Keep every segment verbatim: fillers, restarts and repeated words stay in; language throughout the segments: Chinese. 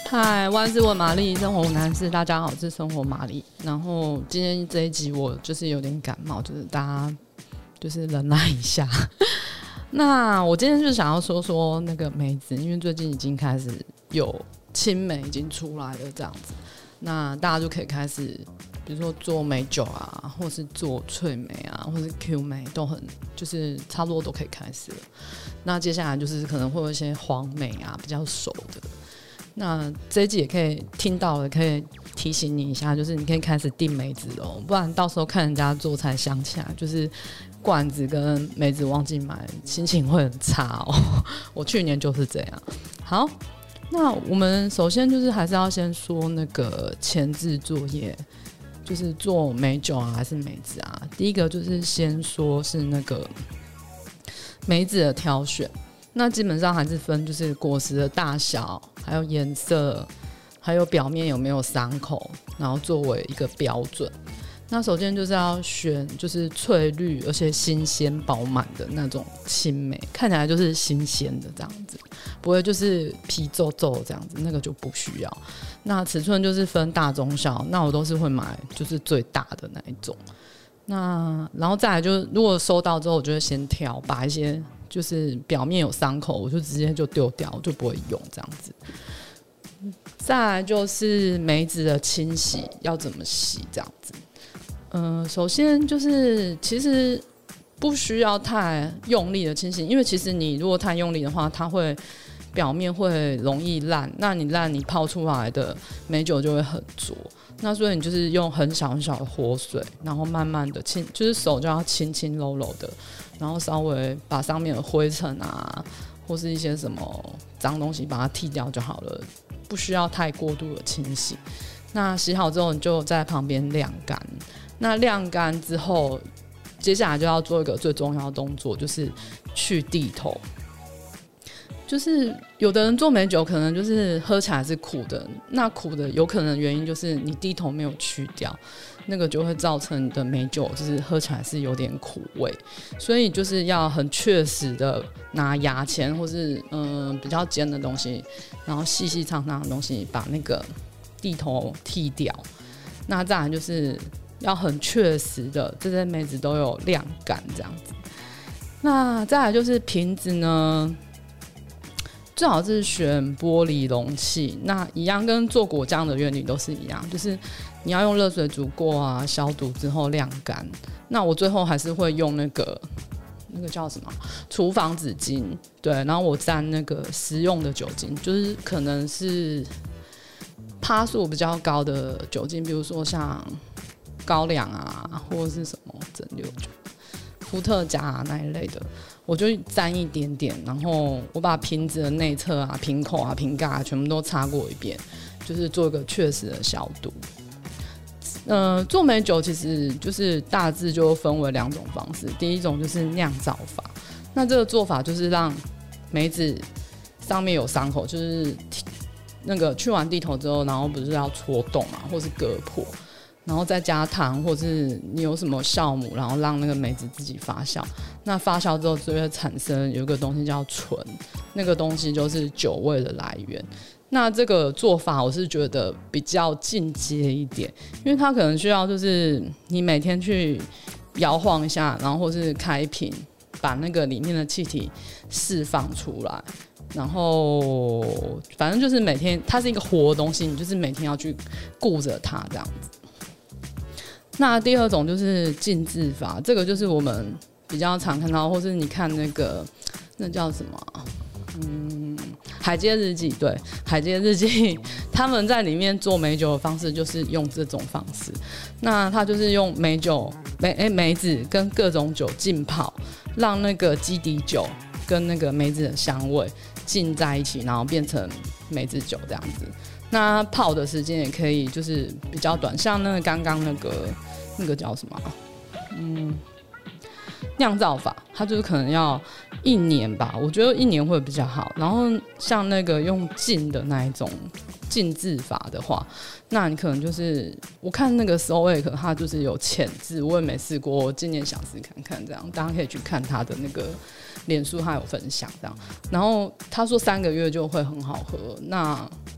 嗨，万事问玛丽，生活无难事，大家好，我是生活玛丽。然后今天这一集我就是有点感冒，就是大家就是忍耐一下。那我今天就想要说说那个梅子，因为最近已经开始有青梅已经出来了这样子，那大家就可以开始，比如说做梅酒啊，或是做脆梅啊，或是 Q 梅，都很就是差不多都可以开始了。那接下来就是可能会有一些黄梅啊，比较熟的。那这一集也可以听到了，可以提醒你一下，就是你可以开始订梅子哦，不然到时候看人家做菜想起来就是罐子跟梅子忘记买，心情会很差哦。我去年就是这样。好，那我们首先就是还是要先说那个前置作业，就是做梅酒啊还是梅子啊。第一个就是先说是那个梅子的挑选。那基本上还是分就是果实的大小，还有颜色，还有表面有没有伤口，然后作为一个标准。那首先就是要选就是翠绿而且新鲜饱满的那种青梅，看起来就是新鲜的这样子，不会就是皮皱皱这样子，那个就不需要。那尺寸就是分大中小，那我都是会买就是最大的那一种。那然后再来就是如果收到之后，我就会先挑，把一些就是表面有伤口我就直接就丢掉，我就不会用这样子。再来就是梅子的清洗要怎么洗这样子。呃，首先就是其实不需要太用力的清洗，因为其实你如果太用力的话，它会表面会容易烂，那你烂你泡出来的梅酒就会很浊。那所以你就是用很小很小的活水，然后慢慢的轻，就是手就要轻轻柔柔的，然后稍微把上面的灰尘啊，或是一些什么脏东西把它剔掉就好了，不需要太过度的清洗。那洗好之后，你就在旁边晾干。那晾干之后，接下来就要做一个最重要的动作，就是去蒂头。就是有的人做梅酒可能就是喝起来是苦的，那苦的有可能原因就是你蒂头没有去掉，那个就会造成你的梅酒就是喝起来是有点苦味，所以就是要很确实的拿牙签或是嗯、呃、比较尖的东西，然后细细长长的东西把那个蒂头剔掉。那再来就是要很确实的这些梅子都有晾干这样子。那再来就是瓶子呢，最好是选玻璃容器，那一样跟做果酱的原理都是一样，就是你要用热水煮过啊，消毒之后晾干。那我最后还是会用那个那个叫什么厨房纸巾，对，然后我蘸那个食用的酒精，就是可能是趴数比较高的酒精，比如说像高粱啊，或者是什么蒸馏酒、伏特加啊那一类的。我就沾一点点，然后我把瓶子的内侧啊、瓶口啊、瓶盖啊全部都擦过一遍，就是做一个确实的消毒。呃，做梅酒其实就是大致就分为两种方式，第一种就是酿造法，那这个做法就是让梅子上面有伤口，就是那个去完蒂头之后，然后不是要戳洞嘛，或是割破。然后再加糖，或是你有什么酵母，然后让那个梅子自己发酵。那发酵之后就会产生有一个东西叫醇，那个东西就是酒味的来源。那这个做法我是觉得比较进阶一点，因为它可能需要就是你每天去摇晃一下，然后或是开瓶，把那个里面的气体释放出来。然后反正就是每天它是一个活的东西，你就是每天要去顾着它这样子。那第二种就是浸渍法，这个就是我们比较常看到，或是你看那个那叫什么，嗯，海街日记，对，海街日记，他们在里面做梅酒的方式就是用这种方式。那他就是用梅酒梅哎梅子跟各种酒浸泡，让那个基底酒跟那个梅子的香味浸在一起，然后变成梅子酒这样子。那泡的时间也可以就是比较短，像那个刚刚那个那个叫什么，嗯，酿造法，它就是可能要一年吧，我觉得一年会比较好。然后像那个用浸的那一种浸渍法的话，那你可能就是我看那个 Stoic 它就是有前置，我也没试过，我今年想试看看，这样大家可以去看他的那个脸书，他有分享这样。然后他说三个月就会很好喝，那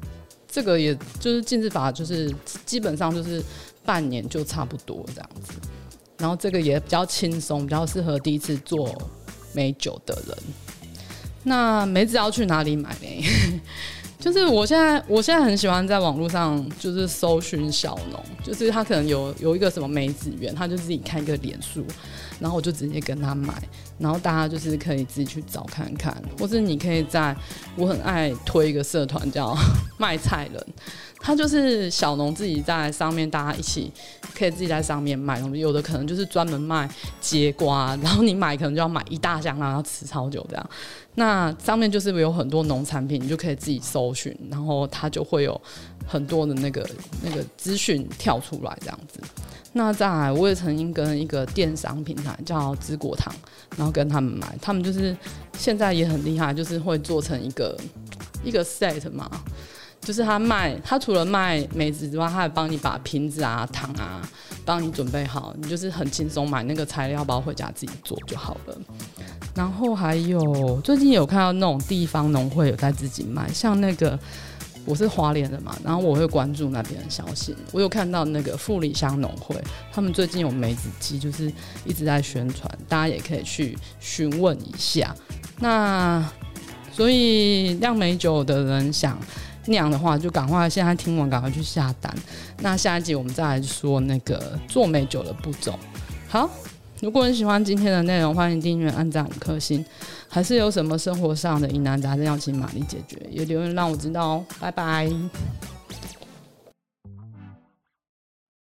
这个也就是浸渍法，就是基本上就是半年就差不多这样子。然后这个也比较轻松，比较适合第一次做美酒的人。那梅子要去哪里买呢？就是我现在，我现在很喜欢在网络上就是搜寻小农，就是他可能有有一个什么梅子园，他就自己开一个脸书，然后我就直接跟他买，然后大家就是可以自己去找看看，或是你可以在，我很爱推一个社团叫卖菜人，他就是小农自己在上面，大家一起可以自己在上面卖，有的可能就是专门卖节瓜，然后你买可能就要买一大箱，然后要吃超久这样。那上面就是有很多农产品，你就可以自己搜寻，然后它就会有很多的那个那个资讯跳出来这样子。那再来，我也曾经跟一个电商平台叫知果堂，然后跟他们买，他们就是现在也很厉害，就是会做成一个一个 set 嘛。就是他卖，他除了卖梅子之外，他还帮你把瓶子啊、糖啊帮你准备好，你就是很轻松买那个材料包回家自己做就好了。然后还有最近有看到那种地方农会有在自己卖，像那个我是花莲的嘛，然后我会关注那边的消息。我有看到那个富里乡农会，他们最近有梅子季，就是一直在宣传，大家也可以去询问一下。那所以酿美酒的人想酿的话，就赶快现在听完赶快去下单。那下一集我们再来说那个做美酒的步骤。好，如果你喜欢今天的内容，欢迎订阅、按赞五颗星。还是有什么生活上的疑难杂症要请玛丽解决，也留言让我知道哦。拜拜。